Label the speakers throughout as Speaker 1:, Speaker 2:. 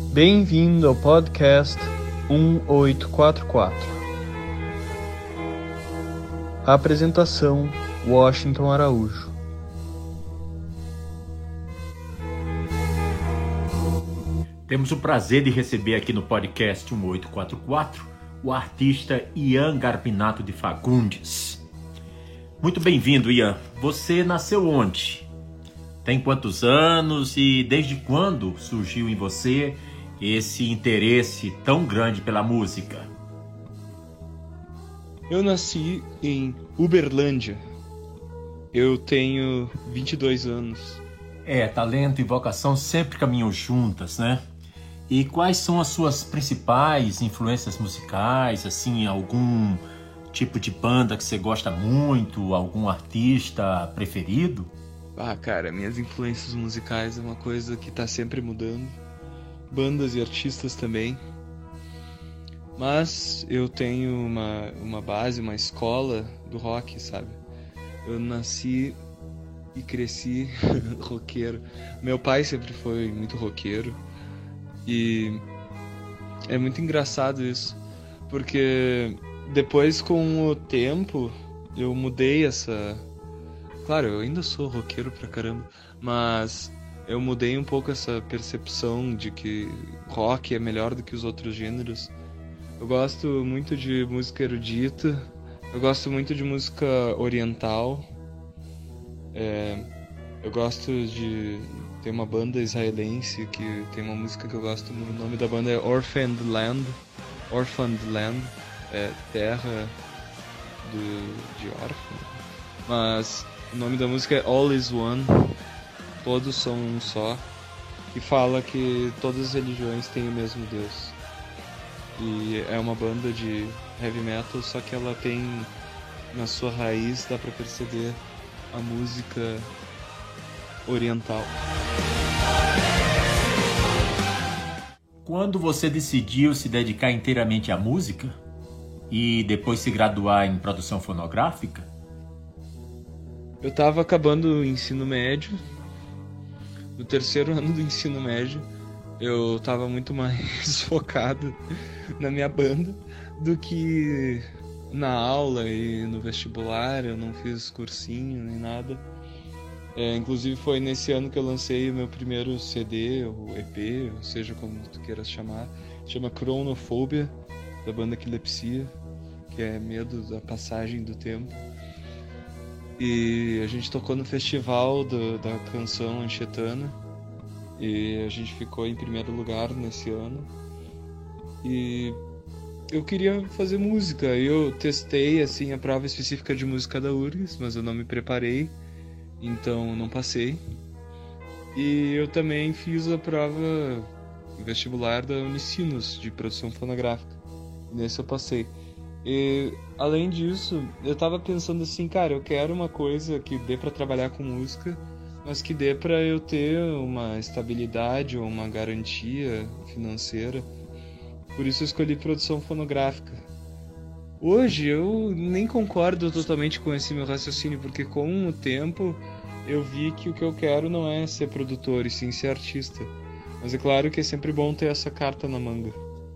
Speaker 1: Bem-vindo ao podcast 1844. A apresentação: Washington Araújo.
Speaker 2: Temos o prazer de receber aqui no podcast 1844 o artista Ian Garbinato de Fagundes. Muito bem-vindo, Ian. Você nasceu onde? Tem quantos anos e desde quando surgiu em você esse interesse tão grande pela música?
Speaker 1: Eu nasci em Uberlândia. Eu tenho 22 anos.
Speaker 2: Talento e vocação sempre caminham juntas, né? E quais são as suas principais influências musicais? Assim, algum tipo de banda que você gosta muito? Algum artista preferido?
Speaker 1: Cara, minhas influências musicais é uma coisa que tá sempre mudando. Bandas e artistas também. Mas eu tenho uma base, uma escola do rock, sabe? Eu nasci e cresci roqueiro. Meu pai sempre foi muito roqueiro. E é muito engraçado isso. Porque depois, com o tempo, eu mudei essa... Claro, eu ainda sou roqueiro pra caramba, mas eu mudei um pouco essa percepção de que rock é melhor do que os outros gêneros. Eu gosto muito de música erudita, eu gosto muito de música oriental. Eu gosto de... Tem uma banda israelense que tem uma música que eu gosto, o nome da banda é Orphaned Land, terra de órfão. Mas o nome da música é All Is One, todos são um só, que fala que todas as religiões têm o mesmo Deus. E é uma banda de heavy metal, só que ela tem na sua raiz, dá pra perceber a música oriental.
Speaker 2: Quando você decidiu se dedicar inteiramente à música e depois se graduar em produção fonográfica?
Speaker 1: Eu tava acabando o ensino médio. No terceiro ano do ensino médio, eu tava muito mais focado na minha banda do que na aula e no vestibular. Eu não fiz cursinho nem nada. Inclusive foi nesse ano que eu lancei o meu primeiro CD, ou EP, ou seja como tu queiras chamar. Chama Chronophobia, da banda Equilepsia, que é medo da passagem do tempo. E a gente tocou no festival da canção anchetana, e a gente ficou em primeiro lugar nesse ano. E eu queria fazer música. Eu testei assim a prova específica de música da URGS, mas eu não me preparei, então não passei. E eu também fiz a prova vestibular da Unicinos de produção fonográfica. Nesse eu passei. E além disso, eu tava pensando assim, cara, eu quero uma coisa que dê pra trabalhar com música, mas que dê pra eu ter uma estabilidade ou uma garantia financeira. Por isso eu escolhi produção fonográfica. Hoje eu nem concordo totalmente com esse meu raciocínio, porque com o tempo eu vi que o que eu quero não é ser produtor, e sim ser artista. Mas é claro que é sempre bom ter essa carta na manga.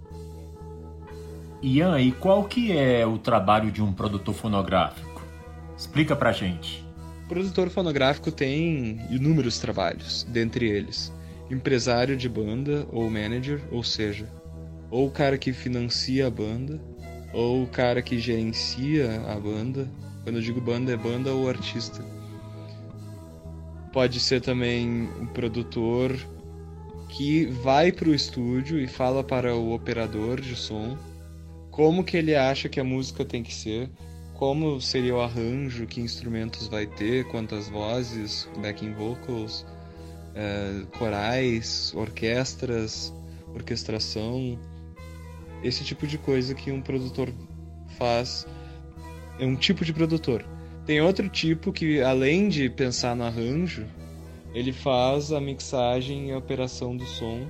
Speaker 2: Ian, e qual que é o trabalho de um produtor fonográfico? Explica pra gente.
Speaker 1: O produtor fonográfico tem inúmeros trabalhos, dentre eles empresário de banda ou manager, ou seja, ou o cara que financia a banda, ou o cara que gerencia a banda. Quando eu digo banda, é banda ou artista. Pode ser também um produtor que vai para o estúdio e fala para o operador de som como que ele acha que a música tem que ser, como seria o arranjo, que instrumentos vai ter, quantas vozes, backing vocals, corais, orquestras, orquestração, esse tipo de coisa que um produtor faz. É um tipo de produtor. Tem outro tipo que, além de pensar no arranjo, ele faz a mixagem e a operação do som,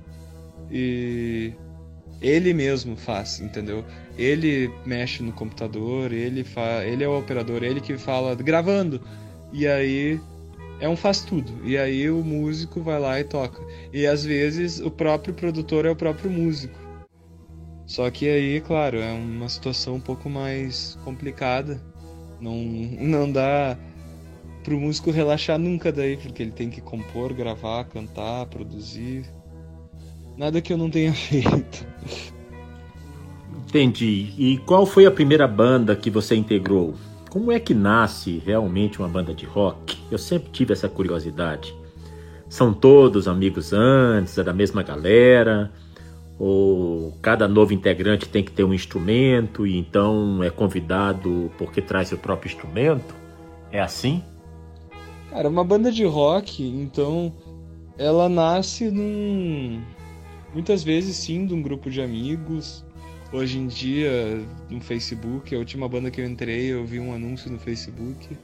Speaker 1: e ele mesmo faz, entendeu? Ele mexe no computador, ele é o operador, ele que fala gravando, e aí é um faz tudo. E aí o músico vai lá e toca. E às vezes o próprio produtor é o próprio músico. Só que aí, claro, é uma situação um pouco mais complicada. Não dá pro músico relaxar nunca daí, porque ele tem que compor, gravar, cantar, produzir. Nada que eu não tenha feito.
Speaker 2: Entendi. E qual foi a primeira banda que você integrou? Como é que nasce realmente uma banda de rock? Eu sempre tive essa curiosidade. São todos amigos antes, é da mesma galera? Ou cada novo integrante tem que ter um instrumento e então é convidado porque traz seu próprio instrumento? É assim?
Speaker 1: Cara, uma banda de rock, então, ela nasce muitas vezes sim de um grupo de amigos. Hoje em dia, no Facebook, a última banda que eu entrei, eu vi um anúncio no Facebook.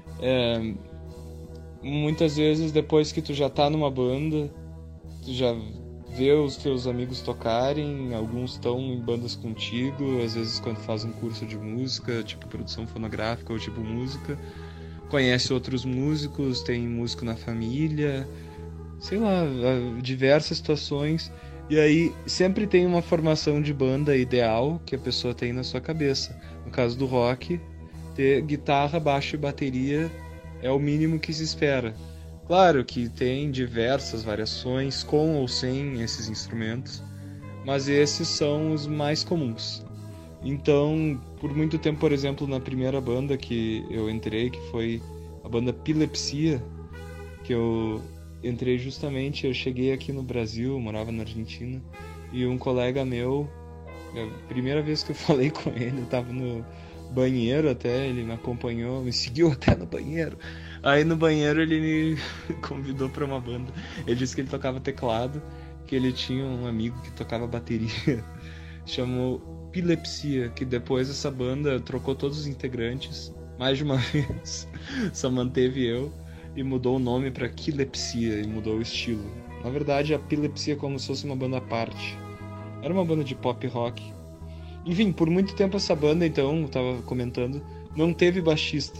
Speaker 1: Muitas vezes, depois que tu já tá numa banda, tu já vê os teus amigos tocarem, alguns estão em bandas contigo, às vezes quando faz um curso de música, tipo produção fonográfica ou tipo música, conhece outros músicos, tem músico na família, sei lá, diversas situações. E aí sempre tem uma formação de banda ideal que a pessoa tem na sua cabeça. No caso do rock, ter guitarra, baixo e bateria é o mínimo que se espera. Claro que tem diversas variações com ou sem esses instrumentos, mas esses são os mais comuns. Então, por muito tempo, por exemplo, na primeira banda que eu entrei, que foi a banda Pilepsia, que eu entrei justamente, eu cheguei aqui no Brasil, morava na Argentina, e um colega meu, a primeira vez que eu falei com ele, eu tava no banheiro até, ele me acompanhou, me seguiu até no banheiro. Aí no banheiro ele me convidou pra uma banda. Ele disse que ele tocava teclado, que ele tinha um amigo que tocava bateria, chamou Pilepsia, que depois essa banda trocou todos os integrantes, mais de uma vez, só manteve eu, e mudou o nome pra Quilepsia, e mudou o estilo. Na verdade, a Pilepsia é como se fosse uma banda à parte. Era uma banda de pop rock. Enfim, por muito tempo essa banda, então, eu tava comentando, não teve baixista.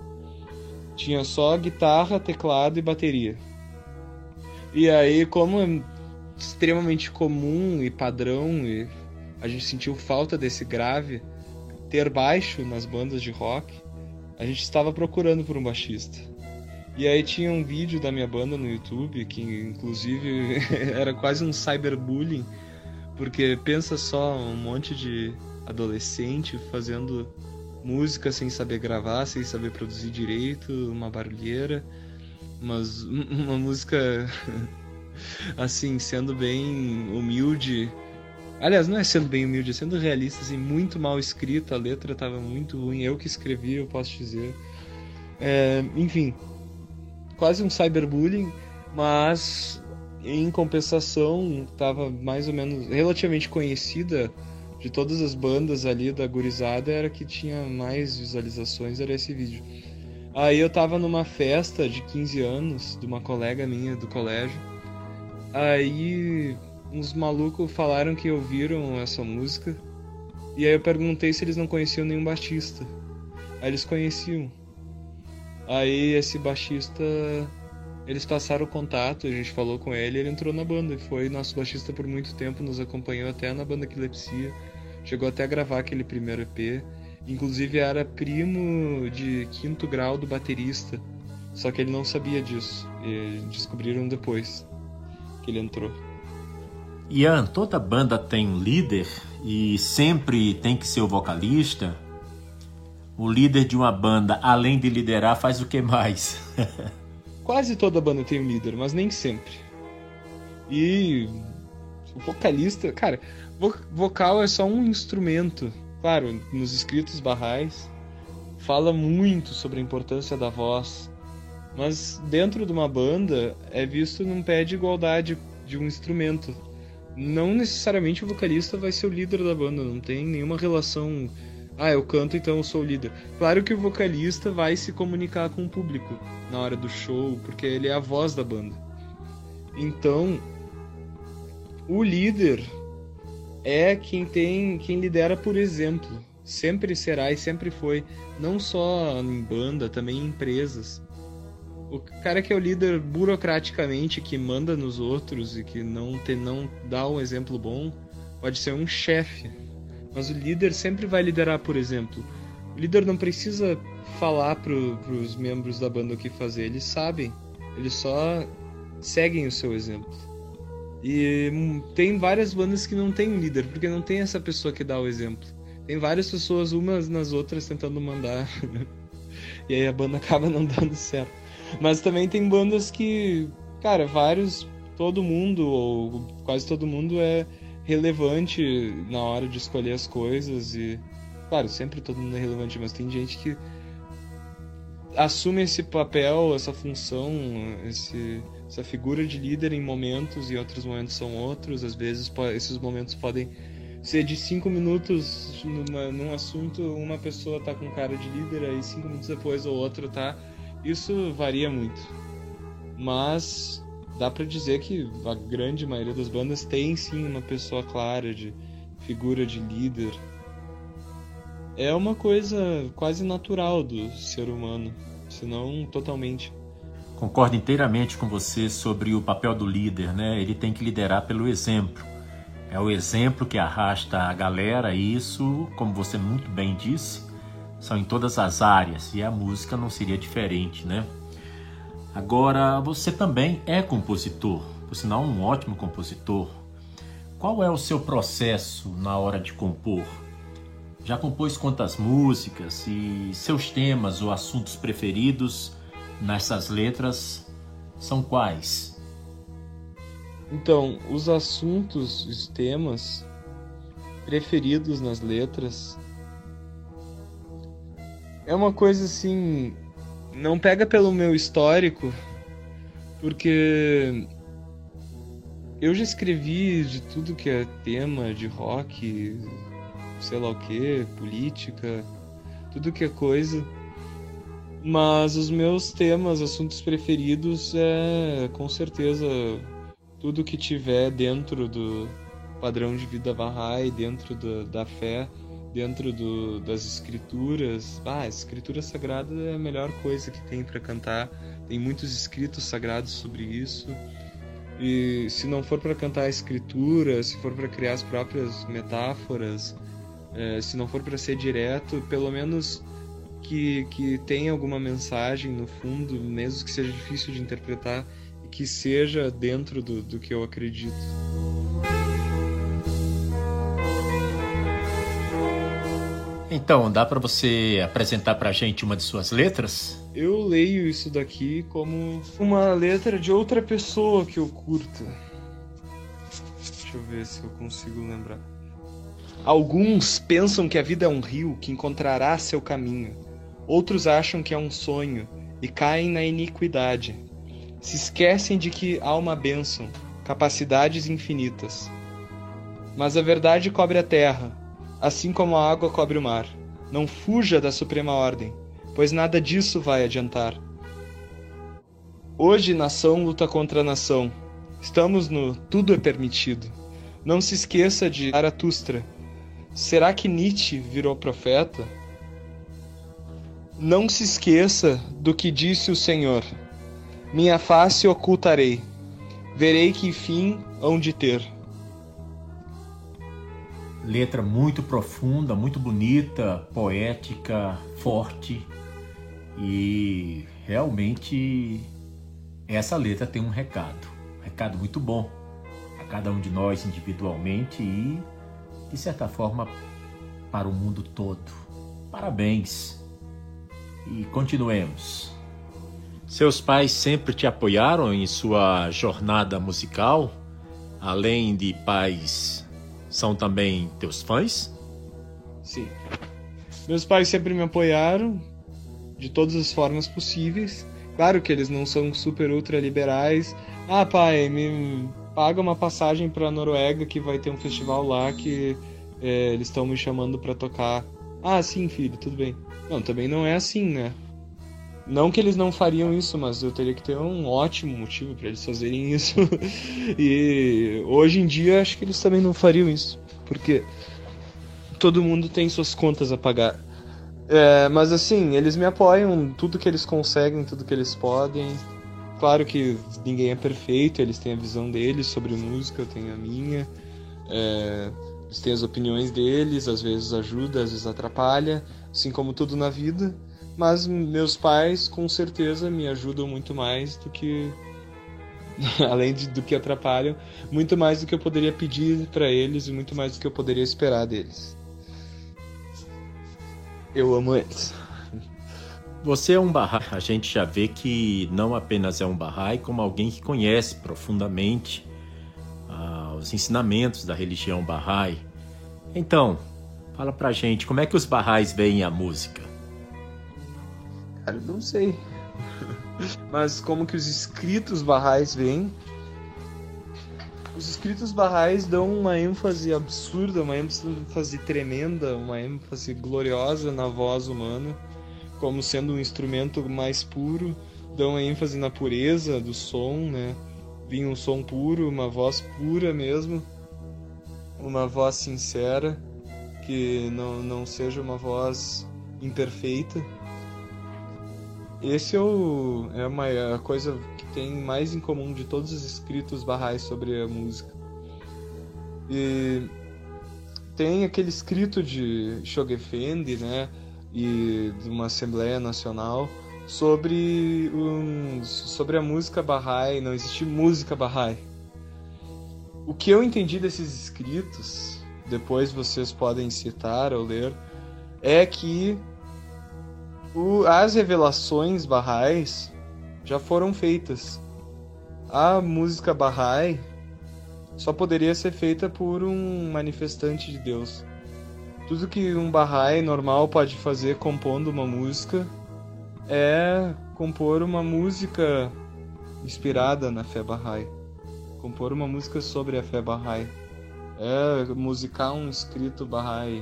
Speaker 1: Tinha só guitarra, teclado e bateria. E aí, como é extremamente comum e padrão, e a gente sentiu falta desse grave, ter baixo nas bandas de rock, a gente estava procurando por um baixista. E aí tinha um vídeo da minha banda no YouTube, que inclusive era quase um cyberbullying, porque pensa só, um monte de adolescente fazendo música sem saber gravar, sem saber produzir direito, uma barulheira, mas uma música assim, sendo bem humilde. Aliás, não é sendo bem humilde, é sendo realista, assim, muito mal escrita, a letra tava muito ruim, eu que escrevi, eu posso dizer. Enfim, quase um cyberbullying, mas em compensação tava mais ou menos relativamente conhecida. De todas as bandas ali da gurizada, era que tinha mais visualizações, era esse vídeo. Aí eu tava numa festa de 15 anos de uma colega minha do colégio. Aí uns malucos falaram que ouviram essa música. E aí eu perguntei se eles não conheciam nenhum baixista. Aí eles conheciam. Aí esse baixista, eles passaram o contato, a gente falou com ele, ele entrou na banda. E foi nosso baixista por muito tempo, nos acompanhou até na banda Quilepsia. Chegou até a gravar aquele primeiro EP. Inclusive era primo de 5º grau do baterista. Só que ele não sabia disso. E descobriram depois que ele entrou.
Speaker 2: Ian, toda banda tem um líder e sempre tem que ser o vocalista. O líder de uma banda, além de liderar, faz o que mais?
Speaker 1: Quase toda banda tem um líder, mas nem sempre. E o vocalista, cara, vocal é só um instrumento. Claro, nos escritos barrais fala muito sobre a importância da voz, mas dentro de uma banda é visto num pé de igualdade de um instrumento. Não necessariamente o vocalista vai ser o líder da banda, não tem nenhuma relação. Eu canto, então eu sou o líder. Claro que o vocalista vai se comunicar com o público na hora do show, porque ele é a voz da banda. Então, o líder é quem lidera por exemplo. Sempre será e sempre foi. Não só em banda, também em empresas. O cara que é o líder burocraticamente, que manda nos outros e que não dá um exemplo bom, pode ser um chefe. Mas o líder sempre vai liderar, por exemplo. O líder não precisa falar pros membros da banda o que fazer, eles sabem. Eles só seguem o seu exemplo. E tem várias bandas que não tem um líder, porque não tem essa pessoa que dá o exemplo. Tem várias pessoas, umas nas outras, tentando mandar. E aí a banda acaba não dando certo. Mas também tem bandas que, cara, todo mundo, ou quase todo mundo é relevante na hora de escolher as coisas. E, claro, sempre todo mundo é relevante, mas tem gente que assume esse papel, essa função, essa figura de líder em momentos, e outros momentos são outros. Às vezes esses momentos podem ser de 5 minutos num assunto, uma pessoa tá com cara de líder, aí 5 minutos depois o outro tá. Isso varia muito. Mas dá pra dizer que a grande maioria das bandas tem sim uma pessoa clara de figura de líder. É uma coisa quase natural do ser humano, se não totalmente.
Speaker 2: Concordo inteiramente com você sobre o papel do líder, né? Ele tem que liderar pelo exemplo. É o exemplo que arrasta a galera, e isso, como você muito bem disse, são em todas as áreas, e a música não seria diferente, né? Agora, você também é compositor, por sinal um ótimo compositor. Qual é o seu processo na hora de compor? Já compôs quantas músicas e seus temas ou assuntos preferidos nessas letras são quais?
Speaker 1: Então, os assuntos, os temas preferidos nas letras é uma coisa assim, não pega pelo meu histórico, porque eu já escrevi de tudo que é tema de rock, sei lá o que, política, tudo que é coisa. Mas os meus temas, assuntos preferidos é, com certeza, tudo que tiver dentro do padrão de vida Bahá'í, dentro da fé, dentro das escrituras. A escritura sagrada é a melhor coisa que tem para cantar. Tem muitos escritos sagrados sobre isso. E se não for para cantar a escritura, se for para criar as próprias metáforas, se não for para ser direto, pelo menos que tenha alguma mensagem no fundo, mesmo que seja difícil de interpretar, e que seja dentro do que eu acredito.
Speaker 2: Então, dá para você apresentar pra gente uma de suas letras?
Speaker 1: Eu leio isso daqui como uma letra de outra pessoa que eu curto. Deixa eu ver se eu consigo lembrar. Alguns pensam que a vida é um rio que encontrará seu caminho. Outros acham que é um sonho e caem na iniquidade. Se esquecem de que há uma bênção, capacidades infinitas. Mas a verdade cobre a terra, assim como a água cobre o mar. Não fuja da suprema ordem, pois nada disso vai adiantar. Hoje nação luta contra nação. Estamos no tudo é permitido. Não se esqueça de Zaratustra. Será que Nietzsche virou profeta? Não se esqueça do que disse o Senhor. Minha face ocultarei. Verei que fim hão de ter.
Speaker 2: Letra muito profunda, muito bonita, poética, forte. E realmente essa letra tem um recado muito bom a cada um de nós individualmente e, de certa forma, para o mundo todo. Parabéns e continuemos. Seus pais sempre te apoiaram em sua jornada musical? Além de pais, são também teus fãs?
Speaker 1: Sim. Meus pais sempre me apoiaram de todas as formas possíveis. Claro que eles não são super ultra liberais. Ah, pai, me paga uma passagem pra Noruega que vai ter um festival lá que eles estão me chamando pra tocar. Ah, sim, filho, tudo bem. Não, também não é assim, né? Não que eles não fariam isso, mas eu teria que ter um ótimo motivo pra eles fazerem isso. E hoje em dia acho que eles também não fariam isso, porque todo mundo tem suas contas a pagar. Mas assim, eles me apoiam tudo que eles conseguem, tudo que eles podem. Claro que ninguém é perfeito, eles têm a visão deles sobre música, eu tenho a minha. Eles têm as opiniões deles, às vezes ajuda, às vezes atrapalha, assim como tudo na vida. Mas meus pais, com certeza, me ajudam muito mais do que... além do que atrapalham, muito mais do que eu poderia pedir para eles e muito mais do que eu poderia esperar deles. Eu amo eles.
Speaker 2: Você é um Bahá'í. A gente já vê que não apenas é um Bahá'í, como alguém que conhece profundamente os ensinamentos da religião Bahá'í. Então, fala pra gente, como é que os Bahá'ís veem a música?
Speaker 1: Cara, não sei. Mas como que os escritos Bahá'ís veem? Os escritos Bahá'ís dão uma ênfase absurda, uma ênfase tremenda, uma ênfase gloriosa na voz humana, como sendo um instrumento mais puro, dão ênfase na pureza do som, né? Vinha um som puro, uma voz pura mesmo, uma voz sincera, que não seja uma voz imperfeita. Esse é a coisa que tem mais em comum de todos os escritos Bahá'ís sobre a música. E tem aquele escrito de Shoghi Effendi, né, e de uma Assembleia Nacional sobre a música Bahá'í. Não existe música Bahá'í. O que eu entendi desses escritos, depois vocês podem citar ou ler, é que as revelações Bahá'ís já foram feitas. A música Bahá'í só poderia ser feita por um manifestante de Deus. Tudo que um Bahá'í normal pode fazer compondo uma música é compor uma música inspirada na fé Bahá'í. Compor uma música sobre a fé Bahá'í. É musicar um escrito Bahá'í.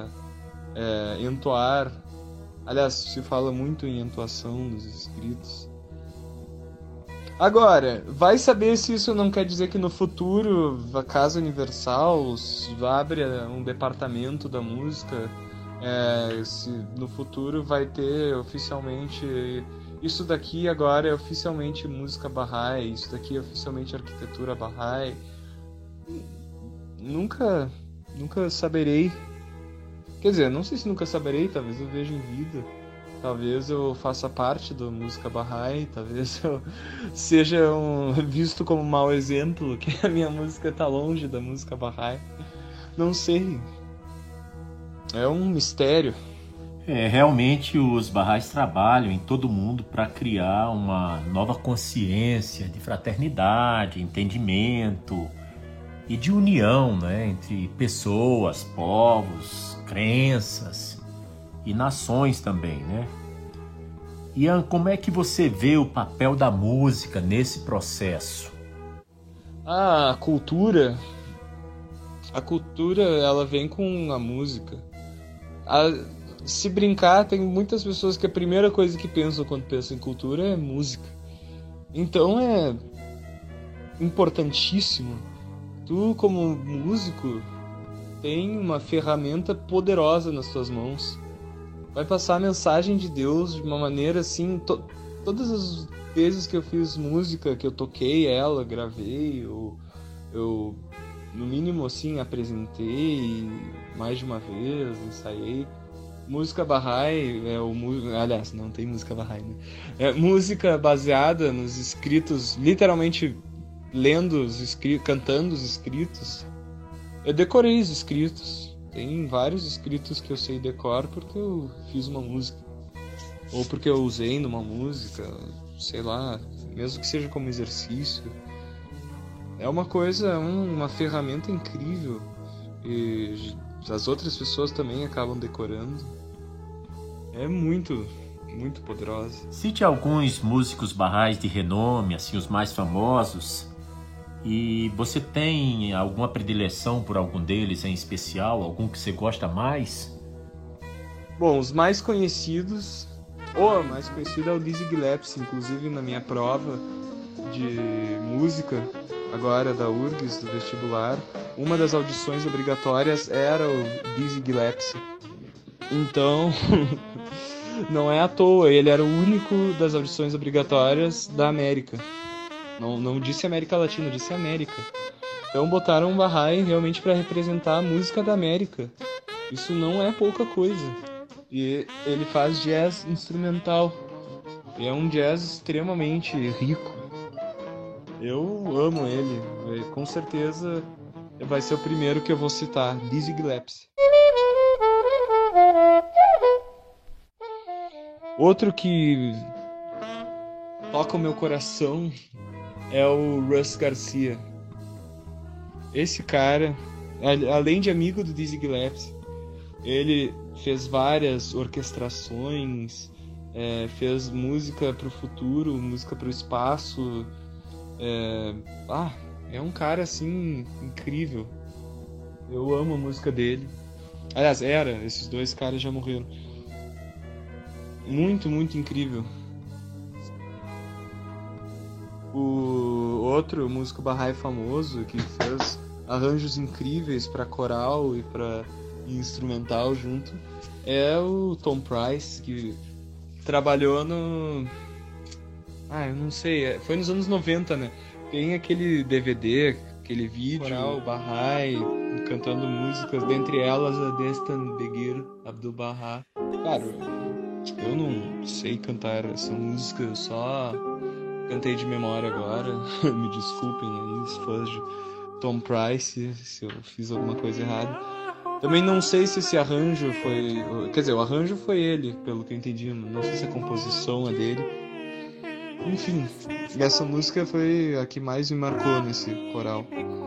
Speaker 1: Entoar. Aliás, se fala muito em entoação dos escritos. Agora, vai saber se isso não quer dizer que no futuro a Casa Universal abre um departamento da música, se no futuro vai ter oficialmente... Isso daqui agora é oficialmente música Bahá'í, isso daqui é oficialmente arquitetura Bahá'í. Nunca saberei. Quer dizer, não sei se nunca saberei, talvez eu veja em vida. Talvez eu faça parte da música Bahá'í, talvez eu seja visto como um mau exemplo, que a minha música tá longe da música Bahá'í. Não sei. É um mistério.
Speaker 2: Realmente os Bahá'ís trabalham em todo o mundo para criar uma nova consciência de fraternidade, entendimento e de união, né, entre pessoas, povos, crenças e nações também, né? Ian, como é que você vê o papel da música nesse processo?
Speaker 1: A cultura, ela vem com a música. Se brincar, tem muitas pessoas que a primeira coisa que pensam quando pensam em cultura é música. Então é importantíssimo. Tu, como músico, tem uma ferramenta poderosa nas tuas mãos. Vai passar a mensagem de Deus de uma maneira assim... Todas as vezes que eu fiz música, que eu toquei ela, gravei, eu no mínimo assim apresentei mais de uma vez, ensaiei. Música Bahá'í aliás, não tem música Bahá'í, né? É música baseada nos escritos, literalmente lendo os escritos, cantando os escritos. Eu decorei os escritos. Tem vários escritos que eu sei decor porque eu fiz uma música. Ou porque eu usei numa música, sei lá, mesmo que seja como exercício. É uma coisa, uma ferramenta incrível. E as outras pessoas também acabam decorando. É muito, muito poderosa.
Speaker 2: Cite alguns músicos Bahá'ís de renome, assim, os mais famosos. E você tem alguma predileção por algum deles em especial? Algum que você gosta mais?
Speaker 1: Bom, os mais conhecidos... O mais conhecido é o Dizzy Gillespie. Inclusive na minha prova de música, agora da URGS, do vestibular, uma das audições obrigatórias era o Dizzy Gillespie. Então, Não é à toa, ele era o único das audições obrigatórias da América. Não disse América Latina, disse América. Então botaram o Bahá'í realmente para representar a música da América. Isso não é pouca coisa. E ele faz jazz instrumental. E é um jazz extremamente rico. Eu amo ele. Com certeza vai ser o primeiro que eu vou citar, Dizzy Gillespie. Outro que toca o meu coração é o Russ Garcia. Esse cara, além de amigo do Dizzy Gillespie, ele fez várias orquestrações, fez música pro futuro, música pro espaço. É um cara assim incrível. Eu amo a música dele. Aliás, esses dois caras já morreram. Muito, muito incrível. O outro músico Bahá'í famoso que fez arranjos incríveis para coral e para instrumental junto é o Tom Price, que trabalhou no... eu não sei, foi nos anos 90, né? Tem aquele DVD, aquele vídeo, coral Bahá'í cantando músicas, dentre elas a Destan Begir Abdu'l-Bahá. Claro, eu não sei cantar essa música, eu só cantei de memória agora. Me desculpem aí, os fãs de Tom Price, se eu fiz alguma coisa errada. Também não sei se esse arranjo foi... Quer dizer, o arranjo foi ele, pelo que eu entendi. Não sei se a composição é dele. Enfim, essa música foi a que mais me marcou nesse coral.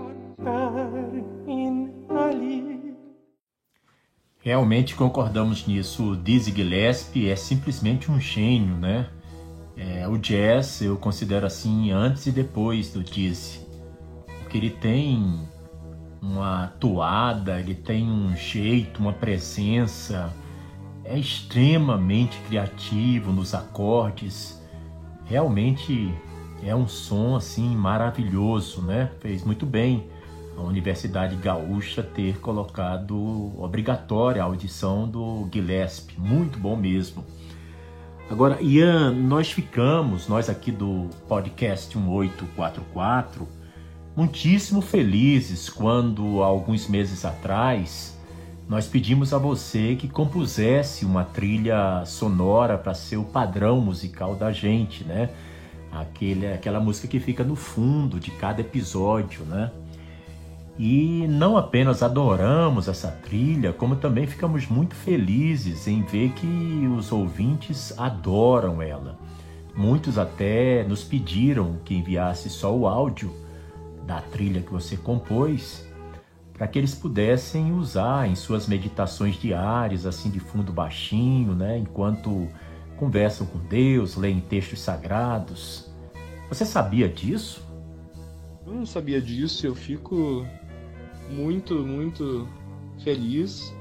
Speaker 2: Realmente concordamos nisso. O Dizzy Gillespie é simplesmente um gênio, né? O jazz eu considero assim antes e depois do Dizzy. Porque ele tem uma toada, ele tem um jeito, uma presença, é extremamente criativo nos acordes. Realmente é um som assim maravilhoso, né? Fez muito bem a Universidade Gaúcha ter colocado obrigatória a audição do Gillespie. Muito bom mesmo. Agora, Ian, nós aqui do podcast 1844, muitíssimo felizes quando, há alguns meses atrás, nós pedimos a você que compusesse uma trilha sonora para ser o padrão musical da gente, né? Aquela música que fica no fundo de cada episódio, né? E não apenas adoramos essa trilha, como também ficamos muito felizes em ver que os ouvintes adoram ela. Muitos até nos pediram que enviasse só o áudio da trilha que você compôs, para que eles pudessem usar em suas meditações diárias, assim de fundo baixinho, né? Enquanto conversam com Deus, leem textos sagrados. Você sabia disso?
Speaker 1: Eu não sabia disso, eu fico muito, muito feliz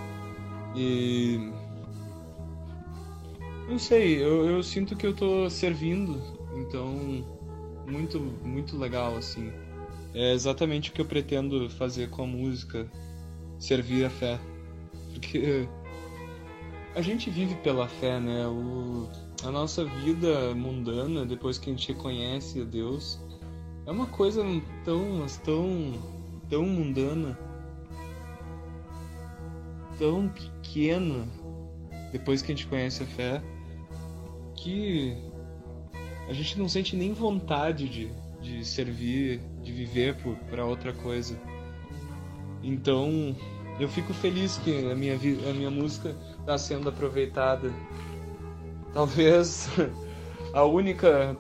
Speaker 1: e não sei, eu sinto que eu tô servindo, então muito, muito legal assim. É exatamente o que eu pretendo fazer com a música, servir a fé, porque a gente vive pela fé, né? A nossa vida mundana, depois que a gente reconhece a Deus, é uma coisa tão mundana, tão pequena, depois que a gente conhece a fé, que a gente não sente nem vontade de servir, de viver para outra coisa. Então eu fico feliz que a minha música está sendo aproveitada. Talvez a única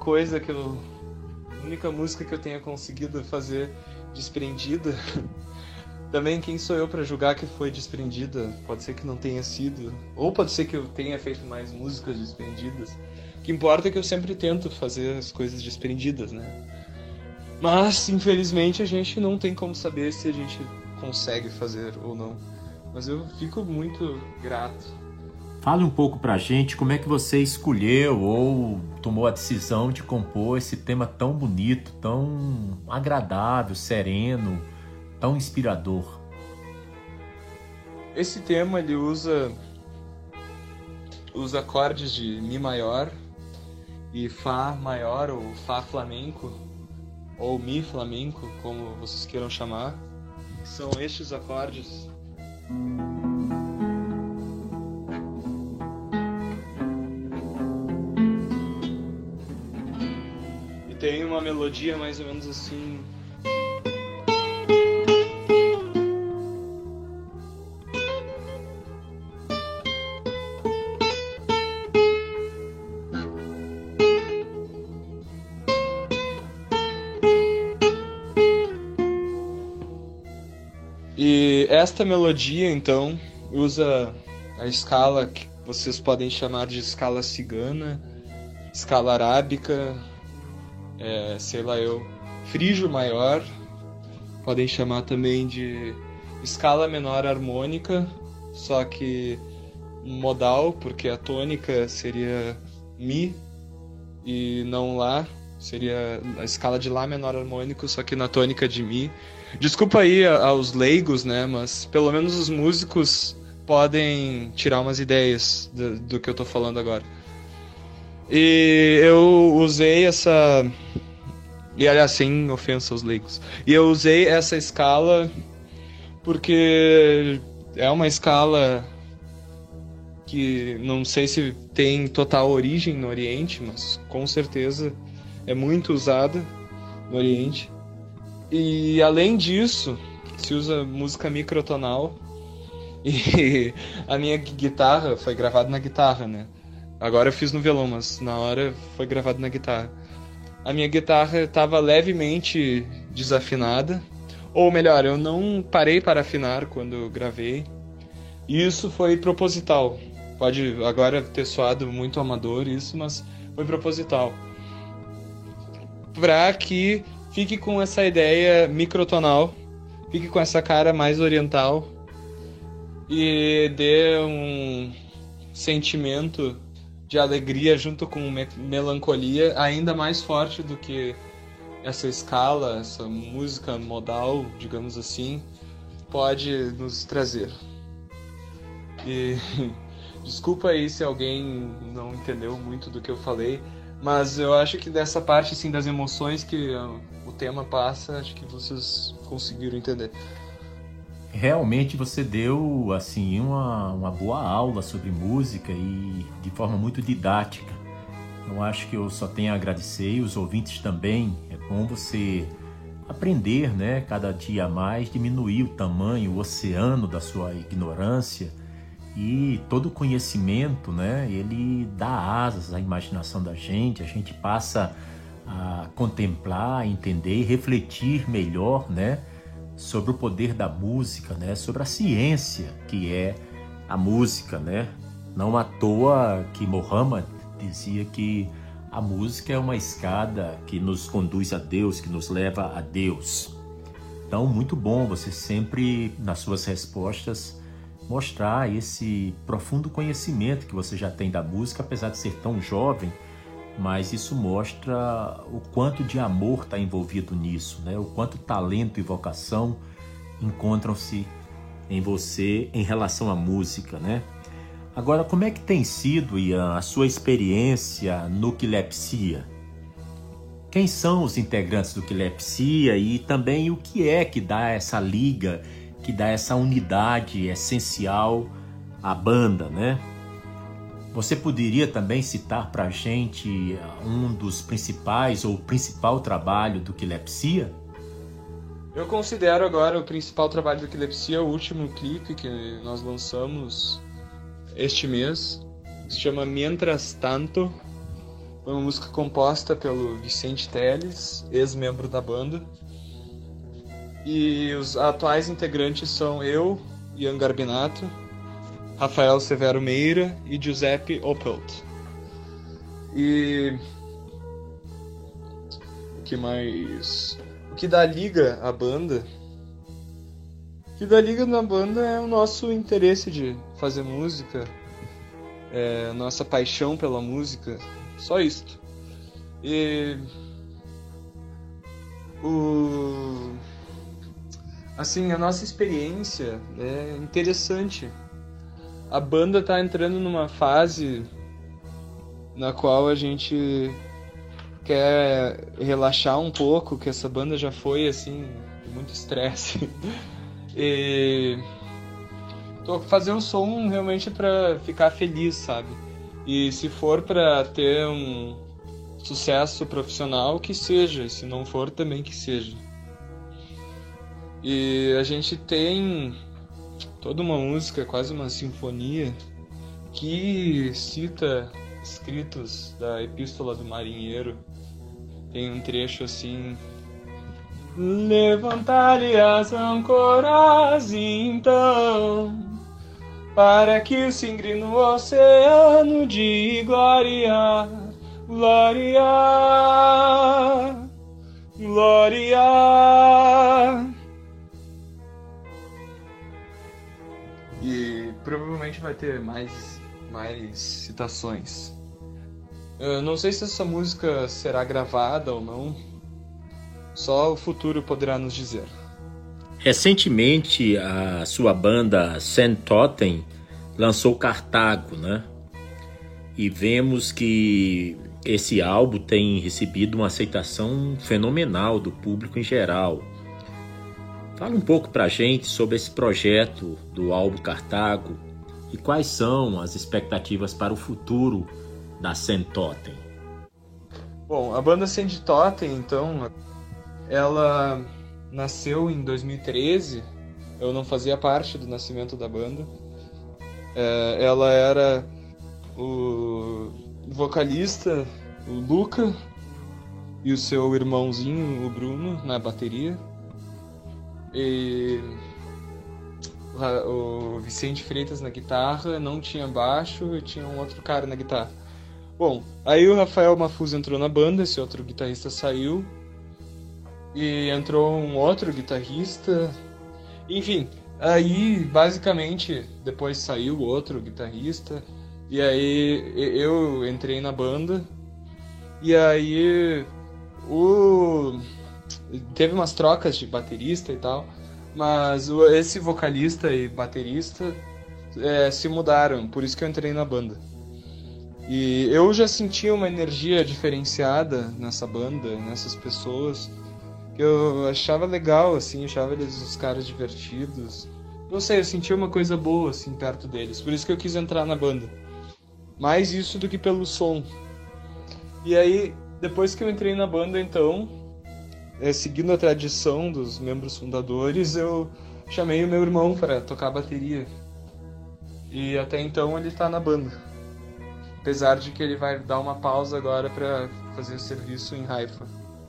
Speaker 1: música que eu tenha conseguido fazer desprendida, também quem sou eu para julgar que foi desprendida? Pode ser que não tenha sido, ou pode ser que eu tenha feito mais músicas desprendidas. O que importa é que eu sempre tento fazer as coisas desprendidas, né? Mas, infelizmente, a gente não tem como saber se a gente consegue fazer ou não. Mas eu fico muito grato.
Speaker 2: Fale um pouco pra gente como é que você escolheu ou tomou a decisão de compor esse tema tão bonito, tão agradável, sereno, tão inspirador.
Speaker 1: Esse tema, ele usa os acordes de Mi maior e Fá maior, ou Fá flamenco, ou Mi flamenco, como vocês queiram chamar. São estes acordes. E tem uma melodia mais ou menos assim. E esta melodia, então, usa a escala que vocês podem chamar de escala cigana, escala arábica, frígio maior, podem chamar também de escala menor harmônica, só que modal, porque a tônica seria Mi e não Lá, seria a escala de Lá menor harmônico, só que na tônica de Mi. Desculpa aí aos leigos, né? Mas pelo menos os músicos podem tirar umas ideias do que eu tô falando agora. E eu usei essa... E aliás, sem ofensa aos leigos. E eu usei essa escala porque é uma escala que não sei se tem total origem no Oriente, mas com certeza é muito usada no Oriente. E além disso, se usa música microtonal e a minha guitarra foi gravada na guitarra, né? Agora eu fiz no violão, mas na hora foi gravado na guitarra. A minha guitarra estava levemente desafinada, ou melhor, eu não parei para afinar quando eu gravei. E isso foi proposital. Pode agora ter soado muito amador isso, mas foi proposital. Para que fique com essa ideia microtonal, fique com essa cara mais oriental e dê um sentimento de alegria junto com melancolia ainda mais forte do que essa escala, essa música modal, digamos assim, pode nos trazer. E desculpa aí se alguém não entendeu muito do que eu falei, mas eu acho que dessa parte assim, das emoções que o tema passa, acho que vocês conseguiram entender.
Speaker 2: Realmente você deu assim uma boa aula sobre música e de forma muito didática. Eu acho que eu só tenho a agradecer, e os ouvintes também. É bom você aprender, né, cada dia mais, diminuir o tamanho, o oceano da sua ignorância. E todo conhecimento, né, ele dá asas à imaginação da gente, a gente passa a contemplar, entender e refletir melhor, né, sobre o poder da música, né, sobre a ciência que é a música, né. Não à toa que Muhammad dizia que a música é uma escada que nos conduz a Deus, que nos leva a Deus. Então, muito bom você sempre, nas suas respostas, mostrar esse profundo conhecimento que você já tem da música, apesar de ser tão jovem, mas isso mostra o quanto de amor está envolvido nisso, né? O quanto talento e vocação encontram-se em você em relação à música, né? Agora, como é que tem sido, Ian, a sua experiência no Quilepsia? Quem são os integrantes do Quilepsia e também o que é que dá essa liga, que dá essa unidade essencial à banda, né? Você poderia também citar para a gente um dos principais ou o principal trabalho do Quilepsia?
Speaker 1: Eu considero agora o principal trabalho do Quilepsia o último clipe que nós lançamos este mês. Se chama Mientras Tanto. Foi uma música composta pelo Vicente Teles, ex-membro da banda. E os atuais integrantes são eu, Ian Garbinato, Rafael Severo Meira e Giuseppe Oppelt. E o que mais? O que dá liga à banda? O que dá liga na banda é o nosso interesse de fazer música, a nossa paixão pela música, só isto. E assim, a nossa experiência é interessante. a banda tá entrando numa fase na qual a gente quer relaxar um pouco, que essa banda já foi, assim, muito estresse. E tô fazendo o som realmente pra ficar feliz, sabe? E se for pra ter um sucesso profissional, que seja. Se não for, também que seja. E a gente tem toda uma música, quase uma sinfonia, que cita escritos da Epístola do Marinheiro. Tem um trecho assim: levantai as âncoras então, para que se ingre no oceano de glória, glória, glória. E provavelmente vai ter mais citações. Eu não sei se essa música será gravada ou não. Só o futuro poderá nos dizer.
Speaker 2: Recentemente, a sua banda Sand Totem lançou Cartago, né? E vemos que esse álbum tem recebido uma aceitação fenomenal do público em geral. Fala um pouco pra gente sobre esse projeto do álbum Cartago e quais são as expectativas para o futuro da Sand Totem.
Speaker 1: Bom, a banda Sand Totem, então, ela nasceu em 2013. Eu não fazia parte do nascimento da banda. Ela era o vocalista, o Luca, e o seu irmãozinho, o Bruno, na bateria. E o Vicente Freitas na guitarra, não tinha baixo e tinha um outro cara na guitarra. Bom, aí o Rafael Mafuz entrou na banda, esse outro guitarrista saiu. E entrou um outro guitarrista. Enfim, aí basicamente depois saiu outro guitarrista. E aí eu entrei na banda. E aí teve umas trocas de baterista e tal. Mas esse vocalista e baterista se mudaram, por isso que eu entrei na banda. E eu já sentia uma energia diferenciada nessa banda, nessas pessoas, que eu achava legal, assim, achava eles os caras divertidos. Não sei, eu sentia uma coisa boa, assim, perto deles. Por isso que eu quis entrar na banda. Mais isso do que pelo som. E aí, depois que eu entrei na banda, então, seguindo a tradição dos membros fundadores, eu chamei o meu irmão para tocar bateria. E até então ele tá na banda. Apesar de que ele vai dar uma pausa agora para fazer serviço em Haifa.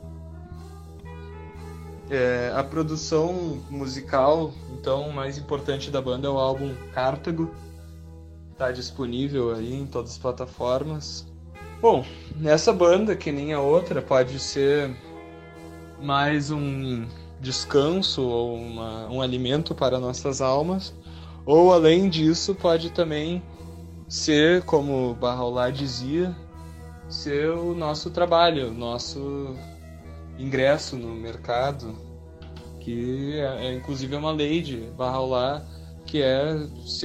Speaker 1: A produção musical, então, mais importante da banda é o álbum Cartago. Está disponível aí em todas as plataformas. Bom, nessa banda, que nem a outra, pode ser mais um descanso ou um alimento para nossas almas. Ou, além disso, pode também ser, como Bahá'u'lláh dizia, ser o nosso trabalho, o nosso ingresso no mercado, que inclusive é uma lei de Bahá'u'lláh, que é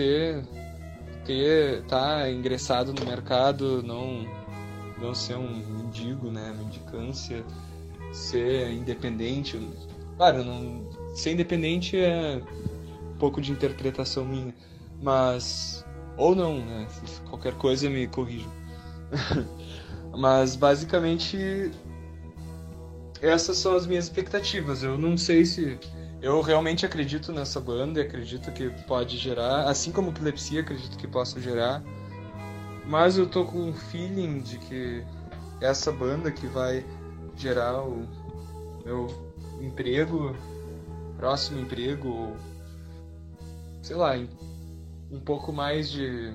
Speaker 1: tá ingressado no mercado, não ser um mendigo, né, mendicância, ser independente. Claro, ser independente é um pouco de interpretação minha, mas ou não, né? Qualquer coisa me corrijam. Mas basicamente essas são as minhas expectativas. Eu não sei se eu realmente acredito nessa banda, acredito que pode gerar, assim como epilepsia, acredito que possa gerar. Mas eu tô com um feeling de que essa banda que vai gerar o meu emprego, próximo emprego, ou sei lá, um pouco mais de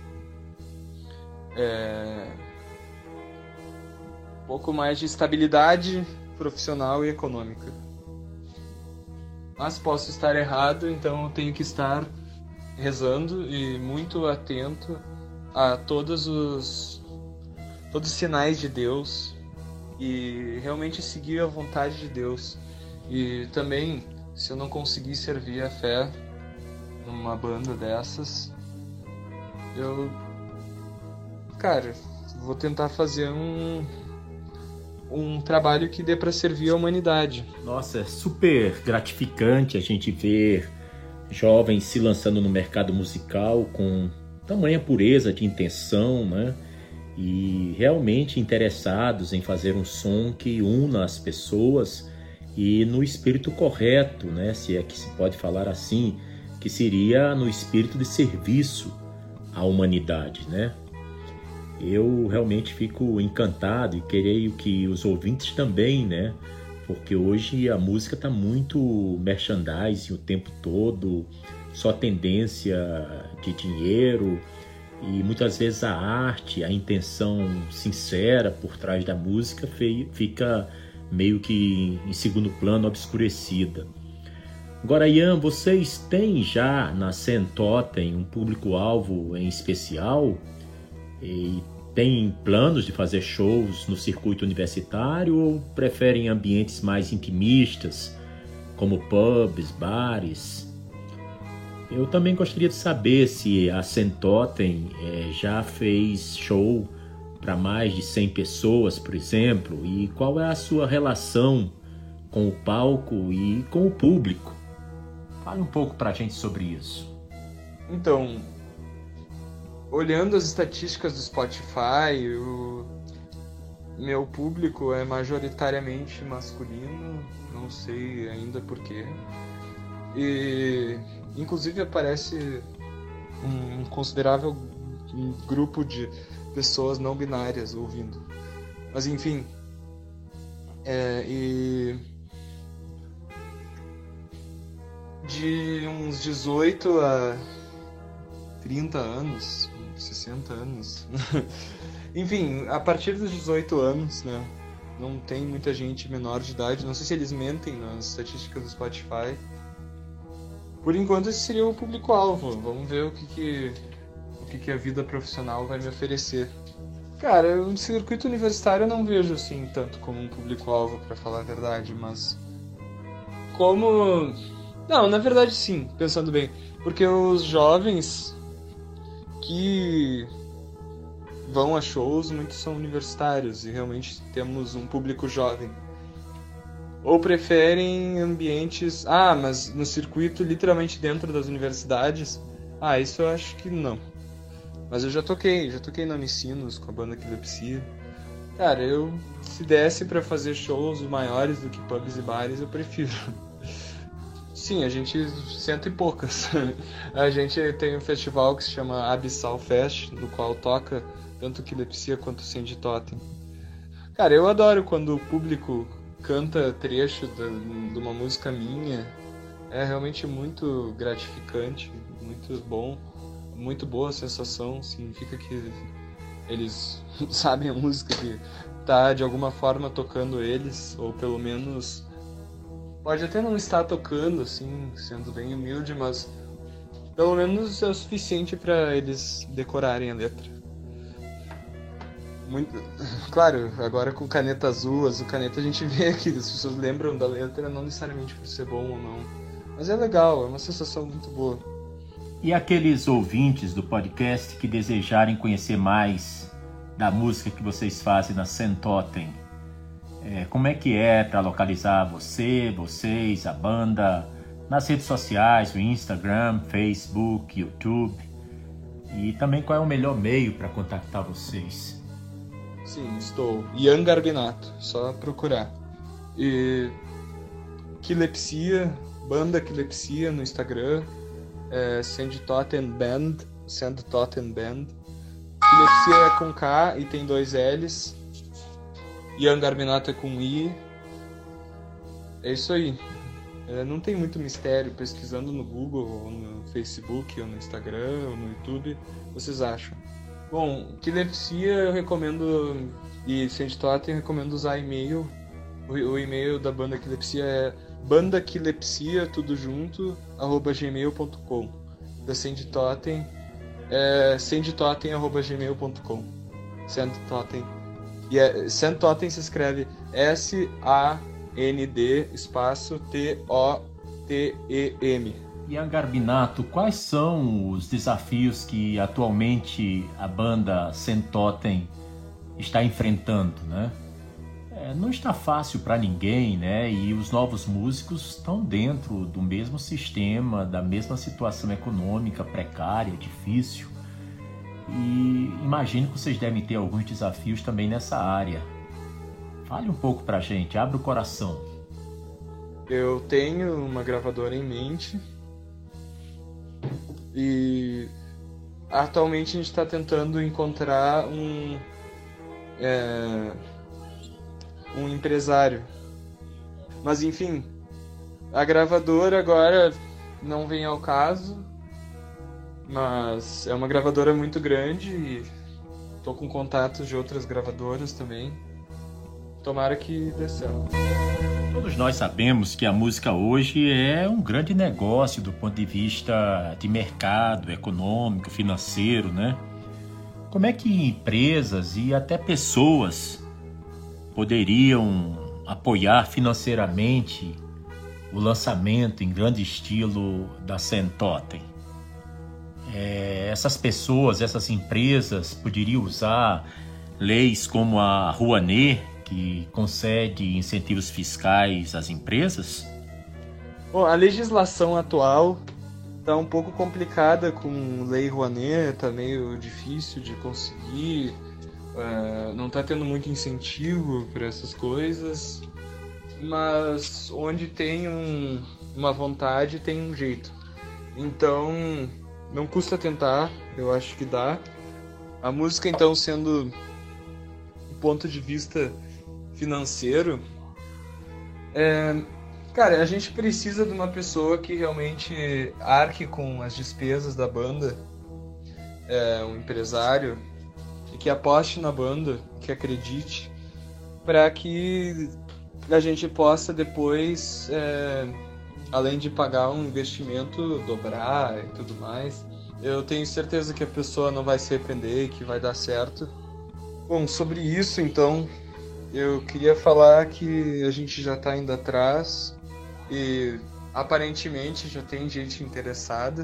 Speaker 1: um pouco mais de estabilidade profissional e econômica. Mas posso estar errado, então eu tenho que estar rezando e muito atento a todos os sinais de Deus e realmente seguir a vontade de Deus. E também, se eu não conseguir servir a fé numa banda dessas, Cara, vou tentar fazer um trabalho que dê para servir a humanidade.
Speaker 2: Nossa, é super gratificante a gente ver jovens se lançando no mercado musical com tamanha pureza de intenção, né? E realmente interessados em fazer um som que una as pessoas e no espírito correto, né? Se é que se pode falar assim, que seria no espírito de serviço à humanidade, né? Eu realmente fico encantado e creio que os ouvintes também, né? Porque hoje a música está muito merchandising o tempo todo, só tendência de dinheiro e muitas vezes a arte, a intenção sincera por trás da música fica meio que em segundo plano, obscurecida. Agora, Ian, vocês têm já na Sentotem um público-alvo em especial? E tem planos de fazer shows no circuito universitário ou preferem ambientes mais intimistas, como pubs, bares? Eu também gostaria de saber se a Sentotem já fez show para mais de 100 pessoas, por exemplo, e qual é a sua relação com o palco e com o público. Fale um pouco para a gente sobre isso.
Speaker 1: Então, olhando as estatísticas do Spotify, o meu público é majoritariamente masculino, não sei ainda porquê. E, inclusive, aparece um considerável grupo de pessoas não binárias ouvindo. Mas, enfim, de uns 18 a 30 anos, 60 anos, enfim, a partir dos 18 anos, né, não tem muita gente menor de idade, não sei se eles mentem nas estatísticas do Spotify. Por enquanto esse seria o público-alvo, vamos ver o que a vida profissional vai me oferecer. Cara, o circuito universitário eu não vejo assim tanto como um público-alvo, pra falar a verdade, mas como... Não, na verdade sim, pensando bem, porque os jovens que vão a shows, muitos são universitários e realmente temos um público jovem. Ou preferem ambientes... mas no circuito literalmente dentro das universidades? Isso eu acho que não. Mas eu já toquei na Unicinos com a banda Equilepsia. Cara, se desse pra fazer shows maiores do que pubs e bares, eu prefiro. Sim, a gente 100 e poucas. A gente tem um festival que se chama Abissal Fest, no qual toca tanto Equilepsia quanto Sandy Totem. Cara, eu adoro quando o público canta trecho de uma música minha. É realmente muito gratificante, muito bom, muito boa a sensação. Significa que eles sabem a música, que tá de alguma forma tocando eles, ou pelo menos pode até não estar tocando, assim, sendo bem humilde, mas pelo menos é o suficiente para eles decorarem a letra. Muito... Claro, agora com caneta azul caneta, a gente vê que as pessoas lembram da letra, não necessariamente por ser bom ou não. Mas é legal, é uma sensação muito boa.
Speaker 2: E aqueles ouvintes do podcast que desejarem conhecer mais da música que vocês fazem na Sentotem, como é que é para localizar vocês, a banda, nas redes sociais, o Instagram, Facebook, YouTube? E também qual é o melhor meio para contactar vocês?
Speaker 1: Sim, estou. Ian Garbinato, só procurar. E Quilepsia, banda Quilepsia no Instagram, Sandy Totem Band. Quilepsia é com K e tem 2 L's. Ian Garbinato é com I. É isso aí. Não tem muito mistério, pesquisando no Google, ou no Facebook, ou no Instagram, ou no YouTube, vocês acham. Bom, Quilepsia eu recomendo, e Sandy Totem eu recomendo usar e-mail. O e-mail da banda Quilepsia é bandaquilepsia, tudo junto, @gmail.com. Da Sandy Totem é sandytotem@gmail.com. Sandy Totem. E Sandy Totem se escreve SAND espaço TOTEM.
Speaker 2: Ian Garbinato, quais são os desafios que atualmente a banda Sentotem está enfrentando, né? Não está fácil para ninguém, né? E os novos músicos estão dentro do mesmo sistema, da mesma situação econômica precária, difícil. E imagino que vocês devem ter alguns desafios também nessa área. Fale um pouco pra gente, abre o coração.
Speaker 1: Eu tenho uma gravadora em mente e atualmente a gente está tentando encontrar um empresário. Mas enfim, a gravadora agora não vem ao caso, mas é uma gravadora muito grande e tô com contatos de outras gravadoras também. Tomara que dê certo.
Speaker 2: Todos nós sabemos que a música hoje é um grande negócio do ponto de vista de mercado, econômico, financeiro, né? Como é que empresas e até pessoas poderiam apoiar financeiramente o lançamento em grande estilo da Sentotem? Essas pessoas, essas empresas poderiam usar leis como a Rouanet, que concede incentivos fiscais às empresas?
Speaker 1: Bom, a legislação atual está um pouco complicada com lei Rouanet, está meio difícil de conseguir, não está tendo muito incentivo para essas coisas, mas onde tem uma vontade tem um jeito. Então, não custa tentar, eu acho que dá. A música, então, sendo do ponto de vista financeiro, cara, a gente precisa de uma pessoa que realmente arque com as despesas da banda, um empresário, e que aposte na banda, que acredite, para que a gente possa depois, além de pagar um investimento, dobrar e tudo mais. Eu tenho certeza que a pessoa não vai se arrepender e que vai dar certo. Bom, sobre isso, então, eu queria falar que a gente já está indo atrás e aparentemente já tem gente interessada.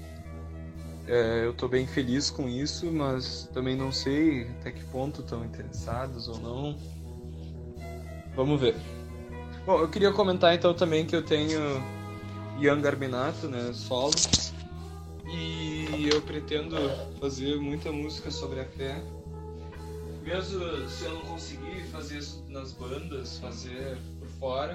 Speaker 1: Eu estou bem feliz com isso, mas também não sei até que ponto estão interessados ou não. Vamos ver. Bom, eu queria comentar então também que eu tenho Ian Garbinato, né, solo, e eu pretendo fazer muita música sobre a fé. Mesmo se eu não conseguir fazer isso nas bandas, fazer por fora.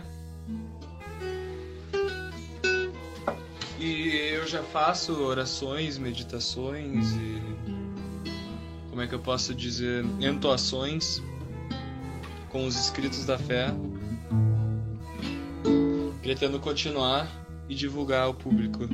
Speaker 1: E eu já faço orações, meditações e, como é que eu posso dizer, entoações com os escritos da fé. Pretendo continuar e divulgar ao público.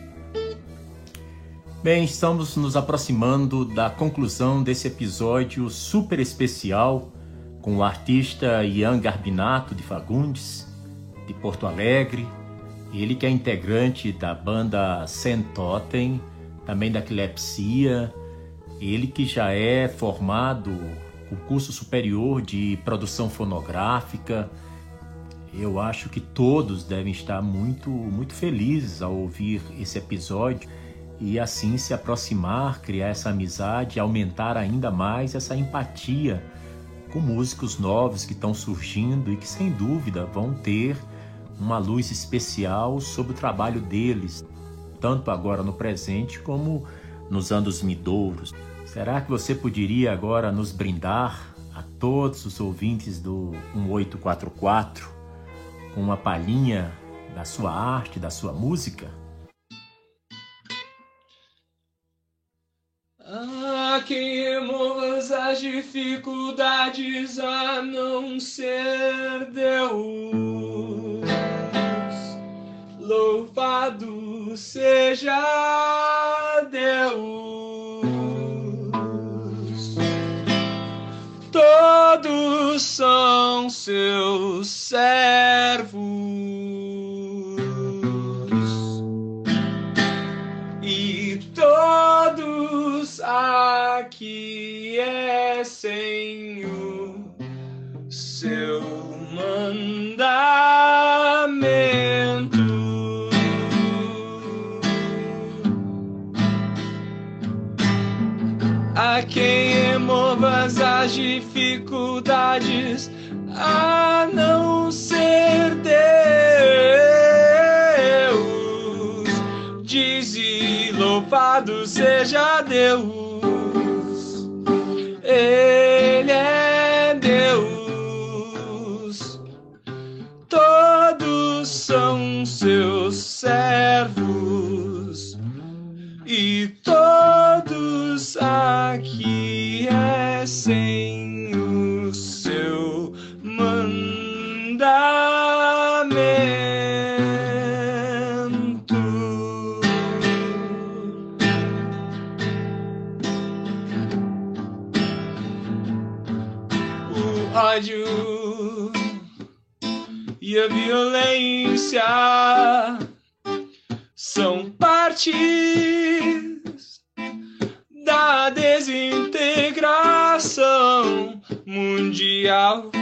Speaker 2: Bem, estamos nos aproximando da conclusão desse episódio super especial com o artista Ian Garbinato de Fagundes, de Porto Alegre. Ele que é integrante da banda Sentotem, também da Clepsia. Ele que já é formado com curso superior de produção fonográfica. Eu acho que todos devem estar muito, muito felizes ao ouvir esse episódio e assim se aproximar, criar essa amizade, aumentar ainda mais essa empatia com músicos novos que estão surgindo e que sem dúvida vão ter uma luz especial sobre o trabalho deles, tanto agora no presente como nos anos vindouros. Será que você poderia agora nos brindar a todos os ouvintes do 1844 com uma palhinha da sua arte, da sua música?
Speaker 1: Queimamos as dificuldades a não ser Deus. Louvado seja Deus. Todos são seus servos e todos aquecem o seu mandamento. a quem removas as dificuldades, a não ser Deus. Diz e louvado seja Deus. Ele é Deus. Todos são seus servos e todos aqui sem o seu mandamento. O ódio e a violência são partes da desintegração mundial,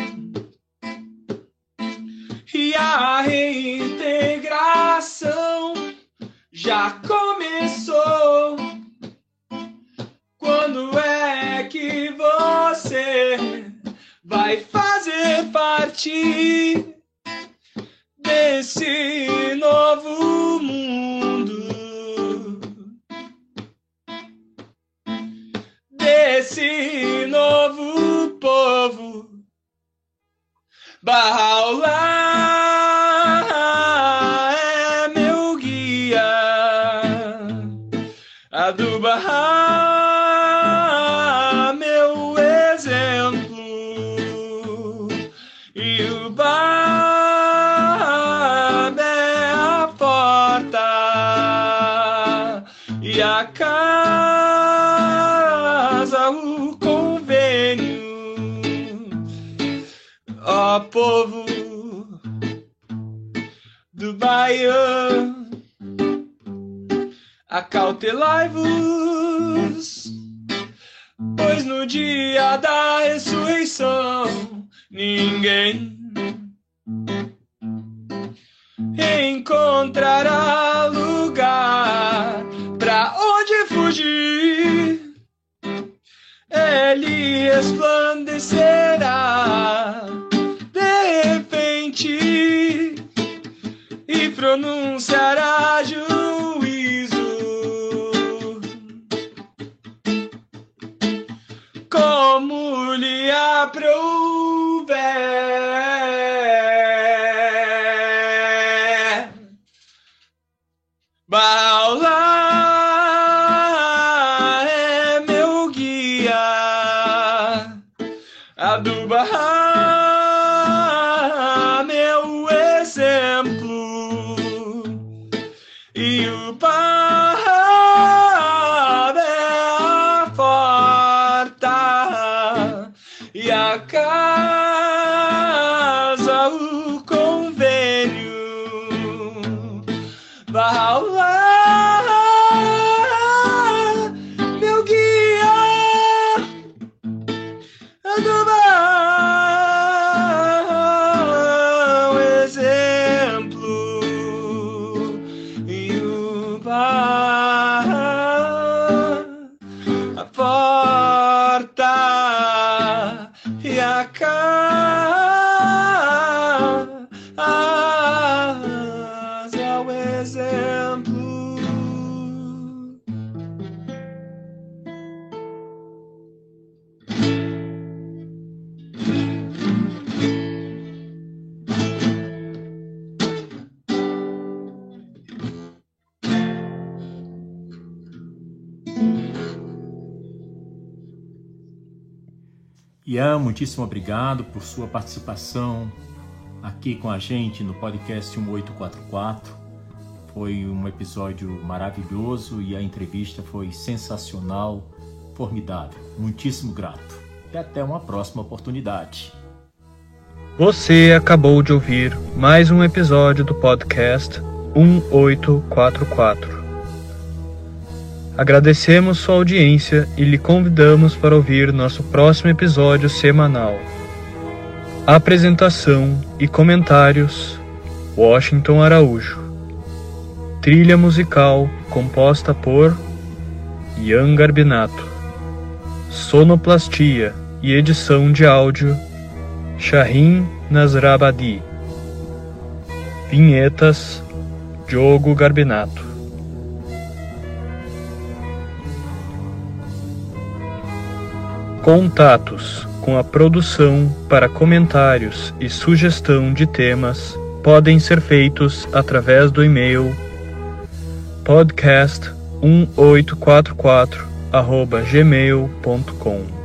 Speaker 1: e a reintegração já começou. Quando é que você vai fazer parte desse novo mundo, desse novo povo? Bahá'u'lláh é meu guia, Abdu'l-Bahá meu exemplo, e o Bab é a porta e a casa, o convênio. Ó povo do Baião, acautelai-vos, pois no dia da ressurreição ninguém encontrará lugar pra onde fugir. Ele resplandecerá de repente e pronunciará juízo. Como lhe aprouver. Bahá'u'lláh é meu guia, Abdu'l-Bahá meu exemplo, e o Bab é a porta e a casa, o convênio. Bahá'u'lláh meu guia, Abdu'l-Bahá o exemplo, e o Bab a porta e a casa, o exemplo.
Speaker 2: Ian, muitíssimo obrigado por sua participação aqui com a gente no podcast 1844. Foi um episódio maravilhoso e a entrevista foi sensacional, formidável. Muitíssimo grato. E até uma próxima oportunidade.
Speaker 1: Você acabou de ouvir mais um episódio do podcast 1844. Agradecemos sua audiência e lhe convidamos para ouvir nosso próximo episódio semanal. Apresentação e comentários: Washington Araújo. Trilha musical composta por Ian Garbinato. sonoplastia e edição de áudio, Shahin Nasrabadi. Vinhetas, Diogo Garbinato. Contatos com a produção para comentários e sugestão de temas podem ser feitos através do e-mail podcast1844@gmail.com.